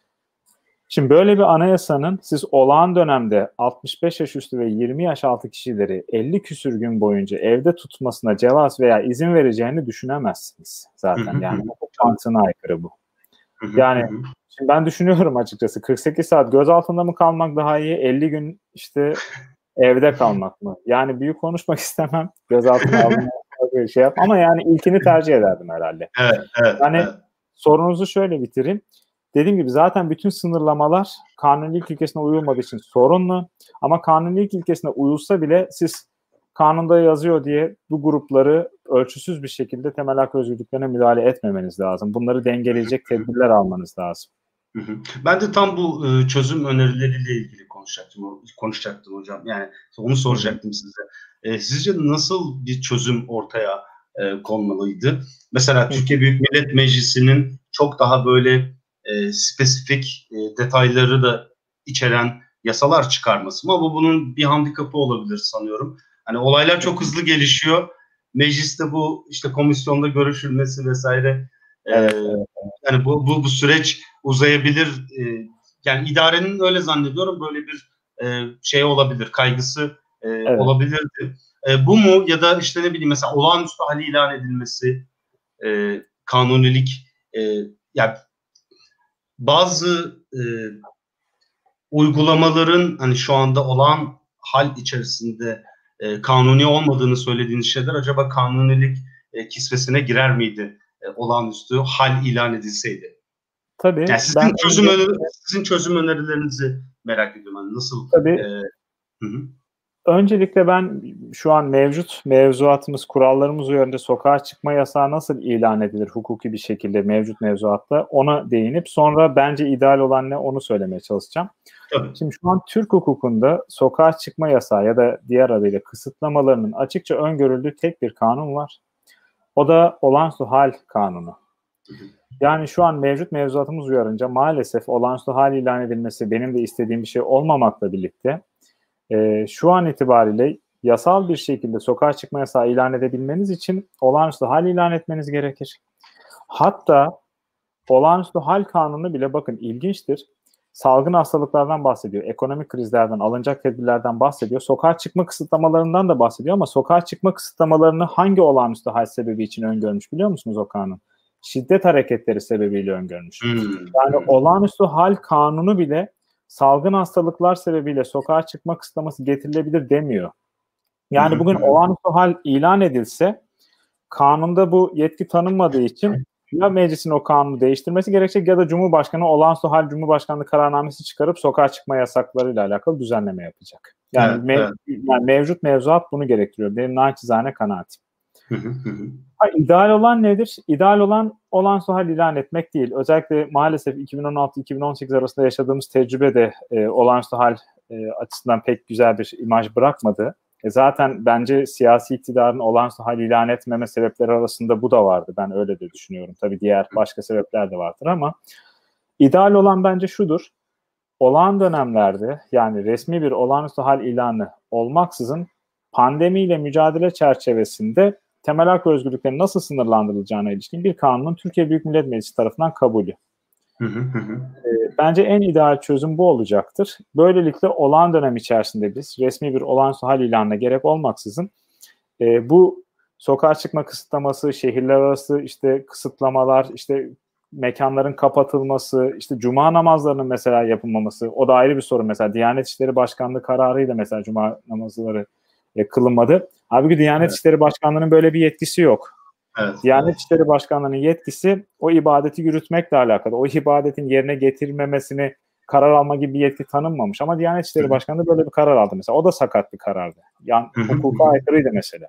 Şimdi böyle bir anayasanın siz olağan dönemde altmış beş yaş üstü ve yirmi yaş altı kişileri elli küsür gün boyunca evde tutmasına cevaz veya izin vereceğini düşünemezsiniz zaten. Yani hukuk mantığına aykırı bu. Yani şimdi ben düşünüyorum açıkçası kırk sekiz saat gözaltında mı kalmak daha iyi, elli gün işte evde kalmak mı? Yani büyük konuşmak istemem. Gözaltına alınma şey yap ama yani ilkini tercih ederdim herhalde. Evet, evet. Yani evet. sorunuzu şöyle bitireyim. Dediğim gibi zaten bütün sınırlamalar kanunilik ilkesine uyulmadığı için sorunlu. Ama kanunilik ilkesine uyulsa bile siz kanunda yazıyor diye bu grupları ölçüsüz bir şekilde temel hak özgürlüklerine müdahale etmemeniz lazım. Bunları dengeleyecek tedbirler almanız lazım. Ben de tam bu çözüm önerileriyle ilgili konuşacaktım, konuşacaktım hocam. Yani onu soracaktım size. E, sizce nasıl bir çözüm ortaya e, konmalıydı? Mesela Türkiye Büyük Millet Meclisi'nin çok daha böyle e, spesifik e, detayları da içeren yasalar çıkarması mı? Ama bunun bir handikapı olabilir sanıyorum. Hani olaylar çok hızlı gelişiyor. Mecliste bu işte komisyonda görüşülmesi vesaire. E, evet, evet. Yani bu, bu bu süreç uzayabilir. E, yani idarenin öyle zannediyorum böyle bir e, şey olabilir, kaygısı e, evet. olabilirdi. E, bu mu ya da işte ne bileyim mesela olağanüstü hali ilan edilmesi, e, kanunilik, e, yani bazı e, uygulamaların hani şu anda olağan hal içerisinde e, kanuni olmadığını söylediğiniz şeyler acaba kanunilik e, kisvesine girer miydi? E, olağanüstü hal ilan edilseydi. Tabii. Yani sizin ben çözüm önce, öneri, sizin çözüm önerilerinizi merak ediyorum. Yani nasıl? Tabii. E, hı hı. Öncelikle ben şu an mevcut mevzuatımız, kurallarımız uyarınca sokağa çıkma yasağı nasıl ilan edilir hukuki bir şekilde mevcut mevzuatta ona değinip sonra bence ideal olan ne onu söylemeye çalışacağım. Tabii. Şimdi şu an Türk hukukunda sokağa çıkma yasağı ya da diğer adıyla kısıtlamalarının açıkça öngörüldüğü tek bir kanun var. O da olağanüstü hal kanunu. Yani şu an mevcut mevzuatımız uyarınca maalesef olağanüstü hal ilan edilmesi benim de istediğim bir şey olmamakla birlikte e, şu an itibariyle yasal bir şekilde sokağa çıkma yasağı ilan edebilmeniz için olağanüstü hal ilan etmeniz gerekir. Hatta olağanüstü hal kanunu bile bakın ilginçtir. Salgın hastalıklardan bahsediyor, ekonomik krizlerden, alınacak tedbirlerden bahsediyor, sokağa çıkma kısıtlamalarından da bahsediyor ama sokağa çıkma kısıtlamalarını hangi olağanüstü hal sebebi için öngörmüş biliyor musunuz o kanun? Şiddet hareketleri sebebiyle öngörmüş. Hmm. Yani olağanüstü hal kanunu bile salgın hastalıklar sebebiyle sokağa çıkma kısıtlaması getirilebilir demiyor. Yani bugün olağanüstü hal ilan edilse kanunda bu yetki tanınmadığı için ya meclisin o kanunu değiştirmesi gerekecek ya da Cumhurbaşkanı olağanüstü hal Cumhurbaşkanlığı kararnamesi çıkarıp sokağa çıkma yasaklarıyla alakalı düzenleme yapacak. Yani, evet, mev- evet. yani mevcut mevzuat bunu gerektiriyor. Benim naçizane kanaatim. Ha, ideal olan nedir? İdeal olan olağanüstü hal ilan etmek değil. Özellikle maalesef iki bin on altı iki bin on sekiz arasında yaşadığımız tecrübe de e, olağanüstü hal e, açısından pek güzel bir imaj bırakmadı. E zaten bence siyasi iktidarın olağanüstü hal ilan etmeme sebepleri arasında bu da vardı. Ben öyle de düşünüyorum. Tabii diğer başka sebepler de vardır ama ideal olan bence şudur. Olağan dönemlerde yani resmi bir olağanüstü hal ilanı olmaksızın pandemiyle mücadele çerçevesinde temel hak ve özgürlüklerin nasıl sınırlandırılacağına ilişkin bir kanunun Türkiye Büyük Millet Meclisi tarafından kabulü. Hı hı hı. E, bence en ideal çözüm bu olacaktır. Böylelikle olağan dönem içerisinde biz resmi bir olağanüstü hal ilanına gerek olmaksızın e, bu sokağa çıkma kısıtlaması, şehirler arası işte kısıtlamalar, işte mekanların kapatılması, işte cuma namazlarının mesela yapılmaması, o da ayrı bir sorun. Mesela Diyanet İşleri Başkanlığı kararıyla mesela cuma namazları e, kılınmadı. Halbuki Diyanet evet. İşleri Başkanlığı'nın böyle bir yetkisi yok. Evet, Diyanet evet. İşleri Başkanlığı'nın yetkisi o ibadeti yürütmekle alakalı. O ibadetin yerine getirilmemesini karar alma gibi bir yetki tanınmamış. Ama Diyanet İşleri Başkanlığı böyle bir karar aldı mesela. O da sakat bir karardı. Yani hukuka aykırıydı mesela.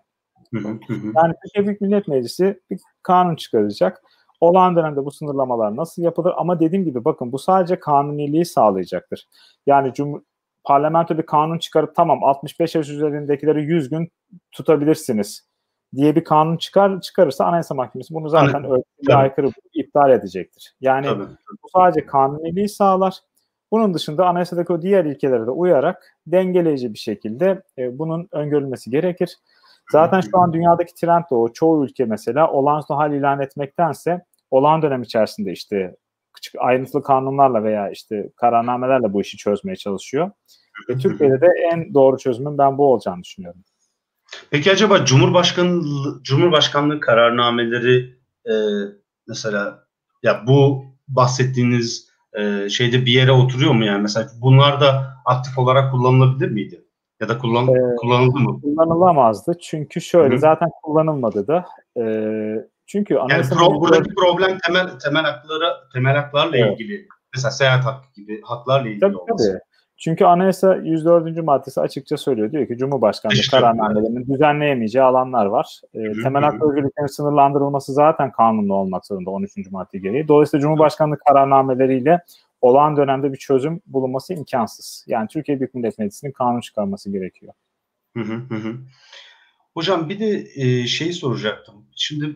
Yani Türkiye Büyük Millet Meclisi bir kanun çıkaracak. Olağan dönemde bu sınırlamalar nasıl yapılır? Ama dediğim gibi bakın bu sadece kanuniliği sağlayacaktır. Yani Cum- parlamento bir kanun çıkarıp tamam altmış beş yaş üzerindekileri yüz gün tutabilirsiniz diye bir kanun çıkar çıkarırsa Anayasa Mahkemesi bunu zaten ölçüye aykırı iptal edecektir. Yani tabii, tabii. Bu sadece kanuniliği sağlar. Bunun dışında anayasadaki o diğer ilkelere de uyarak dengeleyici bir şekilde e, bunun öngörülmesi gerekir. Zaten şu an dünyadaki trend de o. Çoğu ülke mesela olağanüstü hal ilan etmektense olağan dönem içerisinde işte küçük ayrıntılı kanunlarla veya işte kararnamelerle bu işi çözmeye çalışıyor. Ve Türkiye'de de en doğru çözümün ben bu olacağını düşünüyorum. Peki acaba Cumhurbaşkanlığı Cumhurbaşkanlığı kararnameleri e, mesela ya bu bahsettiğiniz e, şeyde bir yere oturuyor mu yani? Mesela bunlar da aktif olarak kullanılabilir miydi? Ya da kullan, ee, kullanıldı mı? Kullanılamazdı. Çünkü şöyle Hı-hı. zaten kullanılmadı da. E, çünkü yani pro, buradaki problem temel temel haklara temel haklarla evet. ilgili. Mesela seyahat hakkı gibi haklarla ilgili tabii, olması. Tabii. Çünkü Anayasa yüz dördüncü maddesi açıkça söylüyor. Diyor ki Cumhurbaşkanlığı kararnamelerinin düzenleyemeyeceği alanlar var. E, temel hak ve özgürlüklerin sınırlandırılması zaten kanunlu olmak zorunda on üçüncü madde gereği. Dolayısıyla Cumhurbaşkanlığı kararnameleriyle olağan dönemde bir çözüm bulunması imkansız. Yani Türkiye Büyük Millet Meclisi'nin kanun çıkarması gerekiyor. Hı hı hı. Hocam bir de e, şeyi soracaktım. Şimdi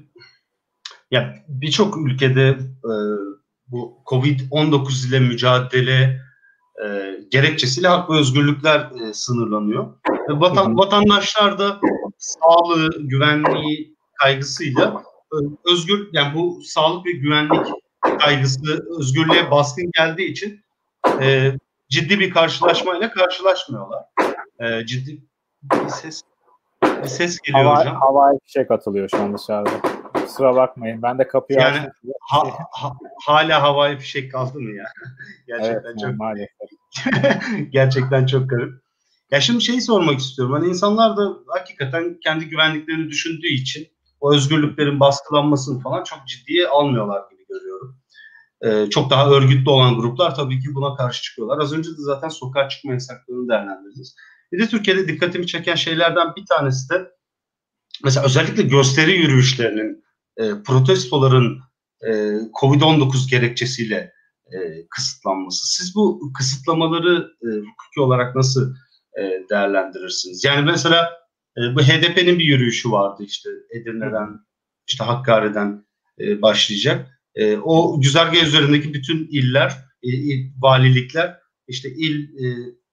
ya birçok ülkede e, bu kovid on dokuz ile mücadele e, gerekçesiyle hak ve özgürlükler e, sınırlanıyor. Ve vatan, vatandaşlar da sağlığı, güvenliği kaygısıyla e, özgür yani bu sağlık ve güvenlik kaygısı özgürlüğe baskın geldiği için e, ciddi bir karşılaşmayla karşılaşmıyorlar. E, ciddi bir ses bir ses geliyor Hava, hocam. Havai fişek atılıyor şu an dışarıda. Kusura bakmayın. Ben de kapıyı yani, açtım. Ha, ha, hala havai fişek kaldı mı ya? Gerçekten evet, çok maalesef. gerçekten çok garip. Ya şimdi şeyi sormak istiyorum. Hani insanlar da hakikaten kendi güvenliklerini düşündüğü için o özgürlüklerin baskılanmasını falan çok ciddiye almıyorlar gibi görüyorum. Ee, çok daha örgütlü olan gruplar tabii ki buna karşı çıkıyorlar. Az önce de zaten sokağa çıkma yasaklarını değerlendirdiniz. Bir de Türkiye'de dikkatimi çeken şeylerden bir tanesi de mesela özellikle gösteri yürüyüşlerinin, e, protestoların e, kovid on dokuz gerekçesiyle e, kısıtlanması. Siz bu kısıtlamaları e, hukuki olarak nasıl e, değerlendirirsiniz? Yani mesela e, bu H D P'nin bir yürüyüşü vardı işte Edirne'den, işte Hakkari'den e, başlayacak. E, o güzergah üzerindeki bütün iller, e, valilikler, işte il e,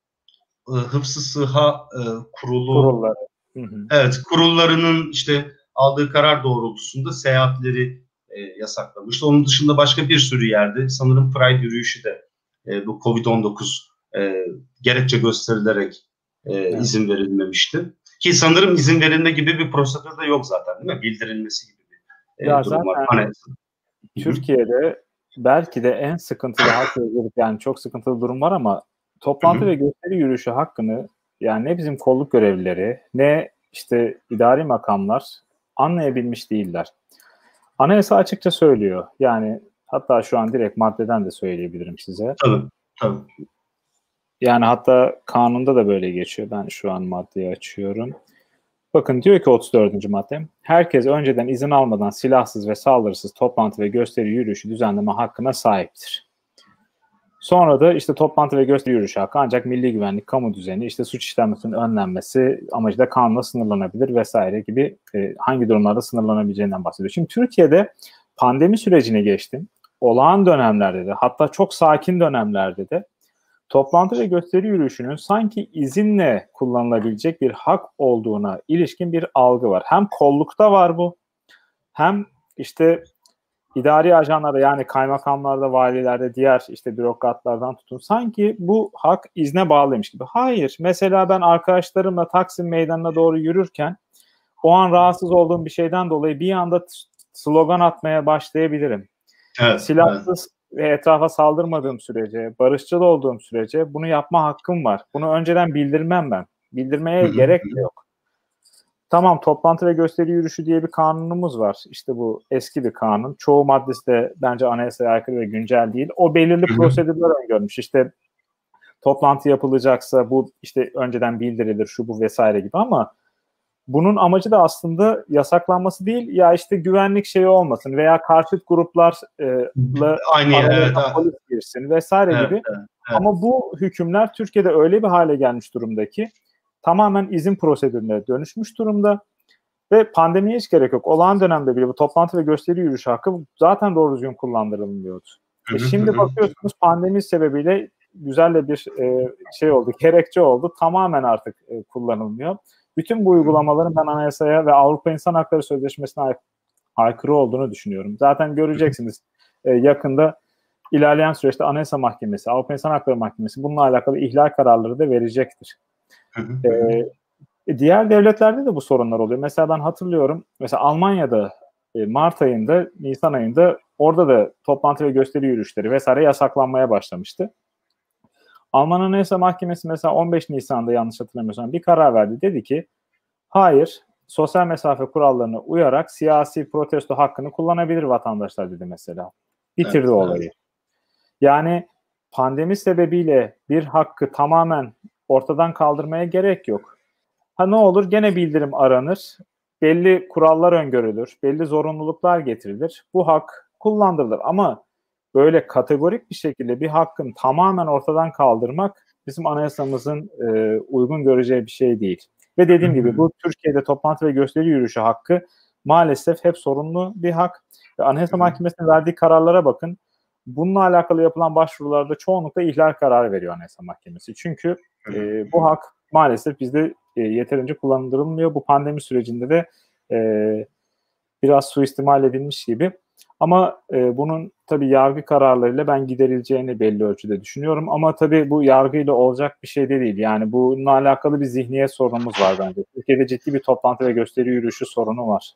e, Hıfzı Sıha e, Kurulu, Kurulları. Hı hı. Evet, kurullarının işte aldığı karar doğrultusunda seyahatleri e, yasaklamıştı. Onun dışında başka bir sürü yerde sanırım Pride yürüyüşü de e, bu kovid on dokuz e, gerekçe gösterilerek e, evet. izin verilmemişti. Ki sanırım izin verilme gibi bir prosedür de yok zaten değil mi? Bildirilmesi gibi bir e, ya durum var. Hani, Türkiye'de belki de en sıkıntılı hak özgürlük yani çok sıkıntılı durum var ama toplantı Hı-hı. ve gösteri yürüyüşü hakkını yani ne bizim kolluk görevlileri ne işte idari makamlar anlayabilmiş değiller. Anayasa açıkça söylüyor. Yani hatta şu an direkt maddeden de söyleyebilirim size. Tabii, tabii. Yani hatta kanunda da böyle geçiyor. Ben şu an maddeyi açıyorum. Bakın diyor ki otuz dördüncü madde, herkes önceden izin almadan silahsız ve saldırısız toplantı ve gösteri yürüyüşü düzenleme hakkına sahiptir. Sonra da işte toplantı ve gösteri yürüyüşü hakkı ancak milli güvenlik, kamu düzeni, işte suç işlenmesinin önlenmesi amacıyla kanunla sınırlanabilir vesaire gibi e, hangi durumlarda sınırlanabileceğinden bahsediyor. Şimdi Türkiye'de pandemi sürecine geçtim. Olağan dönemlerde de hatta çok sakin dönemlerde de toplantı ve gösteri yürüyüşünün sanki izinle kullanılabilecek bir hak olduğuna ilişkin bir algı var. Hem kollukta var bu, hem işte idari ajanlarda yani kaymakamlarda, valilerde, diğer işte bürokratlardan tutun. Sanki bu hak izne bağlıymış gibi. Hayır. Mesela ben arkadaşlarımla Taksim Meydanı'na doğru yürürken o an rahatsız olduğum bir şeyden dolayı bir anda slogan atmaya başlayabilirim. Evet, silahsız evet. ve etrafa saldırmadığım sürece, barışçıl olduğum sürece bunu yapma hakkım var. Bunu önceden bildirmem ben. Bildirmeye Hı-hı. gerek de yok. Tamam, toplantı ve gösteri yürüyüşü diye bir kanunumuz var. İşte bu eski bir kanun. Çoğu maddesi de bence anayasaya aykırı ve güncel değil. O belirli Hı-hı. prosedürler öngörmüş. İşte toplantı yapılacaksa bu işte önceden bildirilir, şu bu vesaire gibi ama Bunun amacı da aslında yasaklanması değil, ya işte güvenlik şeyi olmasın veya karşıt gruplarla aynı evet, polis girsin vesaire evet, gibi. evet, evet. Ama bu hükümler Türkiye'de öyle bir hale gelmiş durumda ki tamamen izin prosedürüne dönüşmüş durumda ve pandemiye hiç gerek yok. Olağan dönemde bile bu toplantı ve gösteri yürüyüşü hakkı zaten doğru düzgün kullanılmıyordu. E şimdi bakıyorsunuz pandemi sebebiyle güzel de bir e, şey oldu, gerekçe oldu. Tamamen artık e, kullanılmıyor. Bütün bu uygulamaların ben anayasaya ve Avrupa İnsan Hakları Sözleşmesi'ne ay- aykırı olduğunu düşünüyorum. Zaten göreceksiniz e, yakında ilerleyen süreçte Anayasa Mahkemesi, Avrupa İnsan Hakları Mahkemesi bununla alakalı ihlal kararları da verecektir. E, diğer devletlerde de bu sorunlar oluyor. Mesela ben hatırlıyorum, mesela Almanya'da e, Mart ayında, Nisan ayında orada da toplantı ve gösteri yürüyüşleri vesaire yasaklanmaya başlamıştı. Alman Anayasa Mahkemesi mesela on beş Nisan'da yanlış hatırlamıyorsam bir karar verdi. Dedi ki hayır, sosyal mesafe kurallarına uyarak siyasi protesto hakkını kullanabilir vatandaşlar dedi mesela. Bitirdi evet, olayı. Evet. Yani pandemi sebebiyle bir hakkı tamamen ortadan kaldırmaya gerek yok. Ha ne olur, gene bildirim aranır, belli kurallar öngörülür, belli zorunluluklar getirilir. Bu hak kullandırılır ama böyle kategorik bir şekilde bir hakkın tamamen ortadan kaldırmak bizim anayasamızın e, uygun göreceği bir şey değil. Ve dediğim gibi bu Türkiye'de toplantı ve gösteri yürüyüşü hakkı maalesef hep sorunlu bir hak. Ve Anayasa Mahkemesi'nin verdiği kararlara bakın. Bununla alakalı yapılan başvurularda çoğunlukla ihlal kararı veriyor Anayasa Mahkemesi. Çünkü e, bu hak maalesef bizde e, yeterince kullanılmıyor. Bu pandemi sürecinde de e, biraz suistimal edilmiş gibi. Ama e, bunun tabii yargı kararlarıyla ben giderileceğini belli ölçüde düşünüyorum. Ama tabii bu yargıyla olacak bir şey de değil. Yani bununla alakalı bir zihniyet sorunumuz var bence. Türkiye'de ciddi bir toplantı ve gösteri yürüyüşü sorunu var.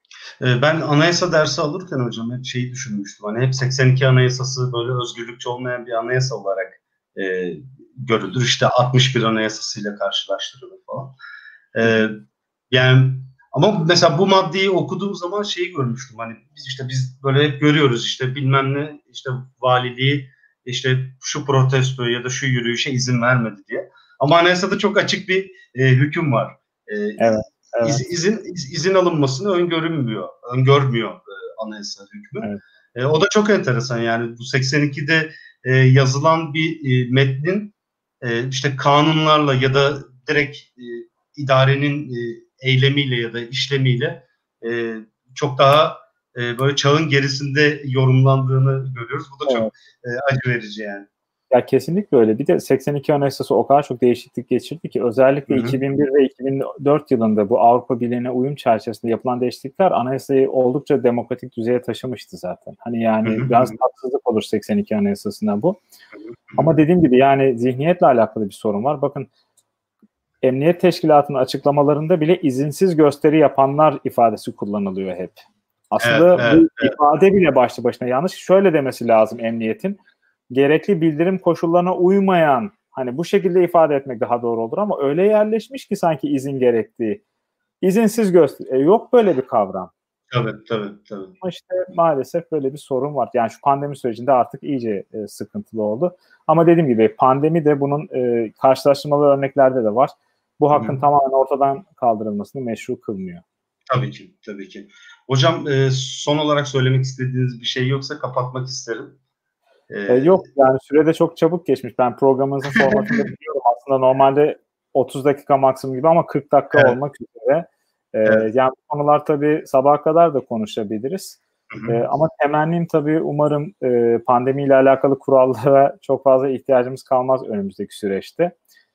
Ben anayasa dersi alırken hocam hep şeyi düşünmüştüm. Hani hep seksen iki Anayasası böyle özgürlükçü olmayan bir anayasa olarak e, görülür. İşte altmış bir Anayasasıyla karşılaştırılır falan. E, yani ama mesela bu maddeyi okuduğum zaman şeyi görmüştüm. Hani biz işte biz böyle hep görüyoruz işte bilmem ne işte valiliği işte şu protestoya ya da şu yürüyüşe izin vermedi diye. Ama anayasada çok açık bir e, hüküm var. E, evet. Evet. İz, izin iz, izin alınmasını öngörülmüyor, öngörmüyor e, anayasa hükmü. Evet. E, o da çok enteresan yani bu seksen ikide e, yazılan bir e, metnin e, işte kanunlarla ya da direkt e, idarenin e, eylemiyle ya da işlemiyle e, çok daha e, böyle çağın gerisinde yorumlandığını görüyoruz. Bu da evet. Çok e, acı verici yani. Ya kesinlikle öyle. Bir de seksen iki Anayasası o kadar çok değişiklik geçirdi ki özellikle hı hı. iki bin bir ve iki bin dört yılında bu Avrupa Birliği'ne uyum çerçevesinde yapılan değişiklikler anayasayı oldukça demokratik düzeye taşımıştı zaten. Hani yani hı hı. biraz haksızlık olur seksen iki Anayasası'na bu. Hı hı. Ama dediğim gibi yani zihniyetle alakalı bir sorun var. Bakın Emniyet Teşkilatı'nın açıklamalarında bile izinsiz gösteri yapanlar ifadesi kullanılıyor hep. Aslında evet, evet, bu evet. ifade bile başlı başına yanlış. Şöyle demesi lazım emniyetin. Gerekli bildirim koşullarına uymayan, hani bu şekilde ifade etmek daha doğru olur ama öyle yerleşmiş ki sanki izin gerektiği. İzinsiz göster. E, yok böyle bir kavram. Tabii tabii tabii. Ama işte maalesef böyle bir sorun var. Yani şu pandemi sürecinde artık iyice e, sıkıntılı oldu. Ama dediğim gibi pandemi de bunun e, karşılaştırmalı örneklerde de var. Bu hakkın Hı-hı. tamamen ortadan kaldırılmasını meşru kılmıyor. Tabii ki, tabii ki. Hocam e, son olarak söylemek istediğiniz bir şey yoksa kapatmak isterim. Ee, Yok yani sürede çok çabuk geçmiş. Ben programınızın formatında biliyorum. Aslında normalde otuz dakika maksimum gibi ama kırk dakika evet. olmak üzere. Ee, evet. Yani bu konular tabii sabaha kadar da konuşabiliriz. Hı hı. Ee, ama temennim tabii umarım e, pandemiyle alakalı kurallara çok fazla ihtiyacımız kalmaz önümüzdeki süreçte.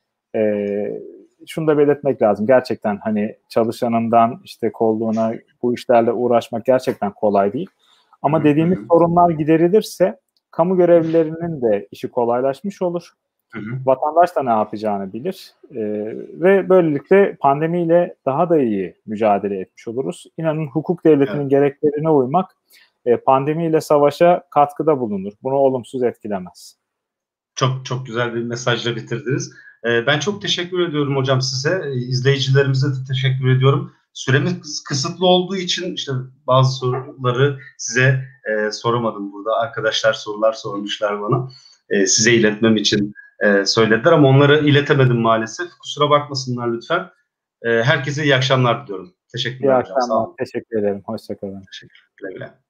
Ee, şunu da belirtmek lazım. Gerçekten hani çalışanından işte kolluğuna bu işlerle uğraşmak gerçekten kolay değil. Ama dediğimiz hı hı. sorunlar giderilirse kamu görevlilerinin de işi kolaylaşmış olur. Hı hı. Vatandaş da ne yapacağını bilir. Ee, ve böylelikle pandemiyle daha da iyi mücadele etmiş oluruz. İnanın hukuk devletinin evet. gereklerine uymak e, pandemiyle savaşa katkıda bulunur. Bunu olumsuz etkilemez. Çok çok güzel bir mesajla bitirdiniz. Ee, ben çok teşekkür ediyorum hocam size. Ee, izleyicilerimize de teşekkür ediyorum. Süremiz kısıtlı olduğu için işte bazı soruları size e, soramadım burada. Arkadaşlar sorular sormuşlar bana. E, size iletmem için e, söylediler ama onları iletemedim maalesef. Kusura bakmasınlar lütfen. E, herkese iyi akşamlar diliyorum. Teşekkürler İyi hocam. Sağ akşamlar. olun. Teşekkür ederim. Hoşça kalın. Teşekkür. Güle güle.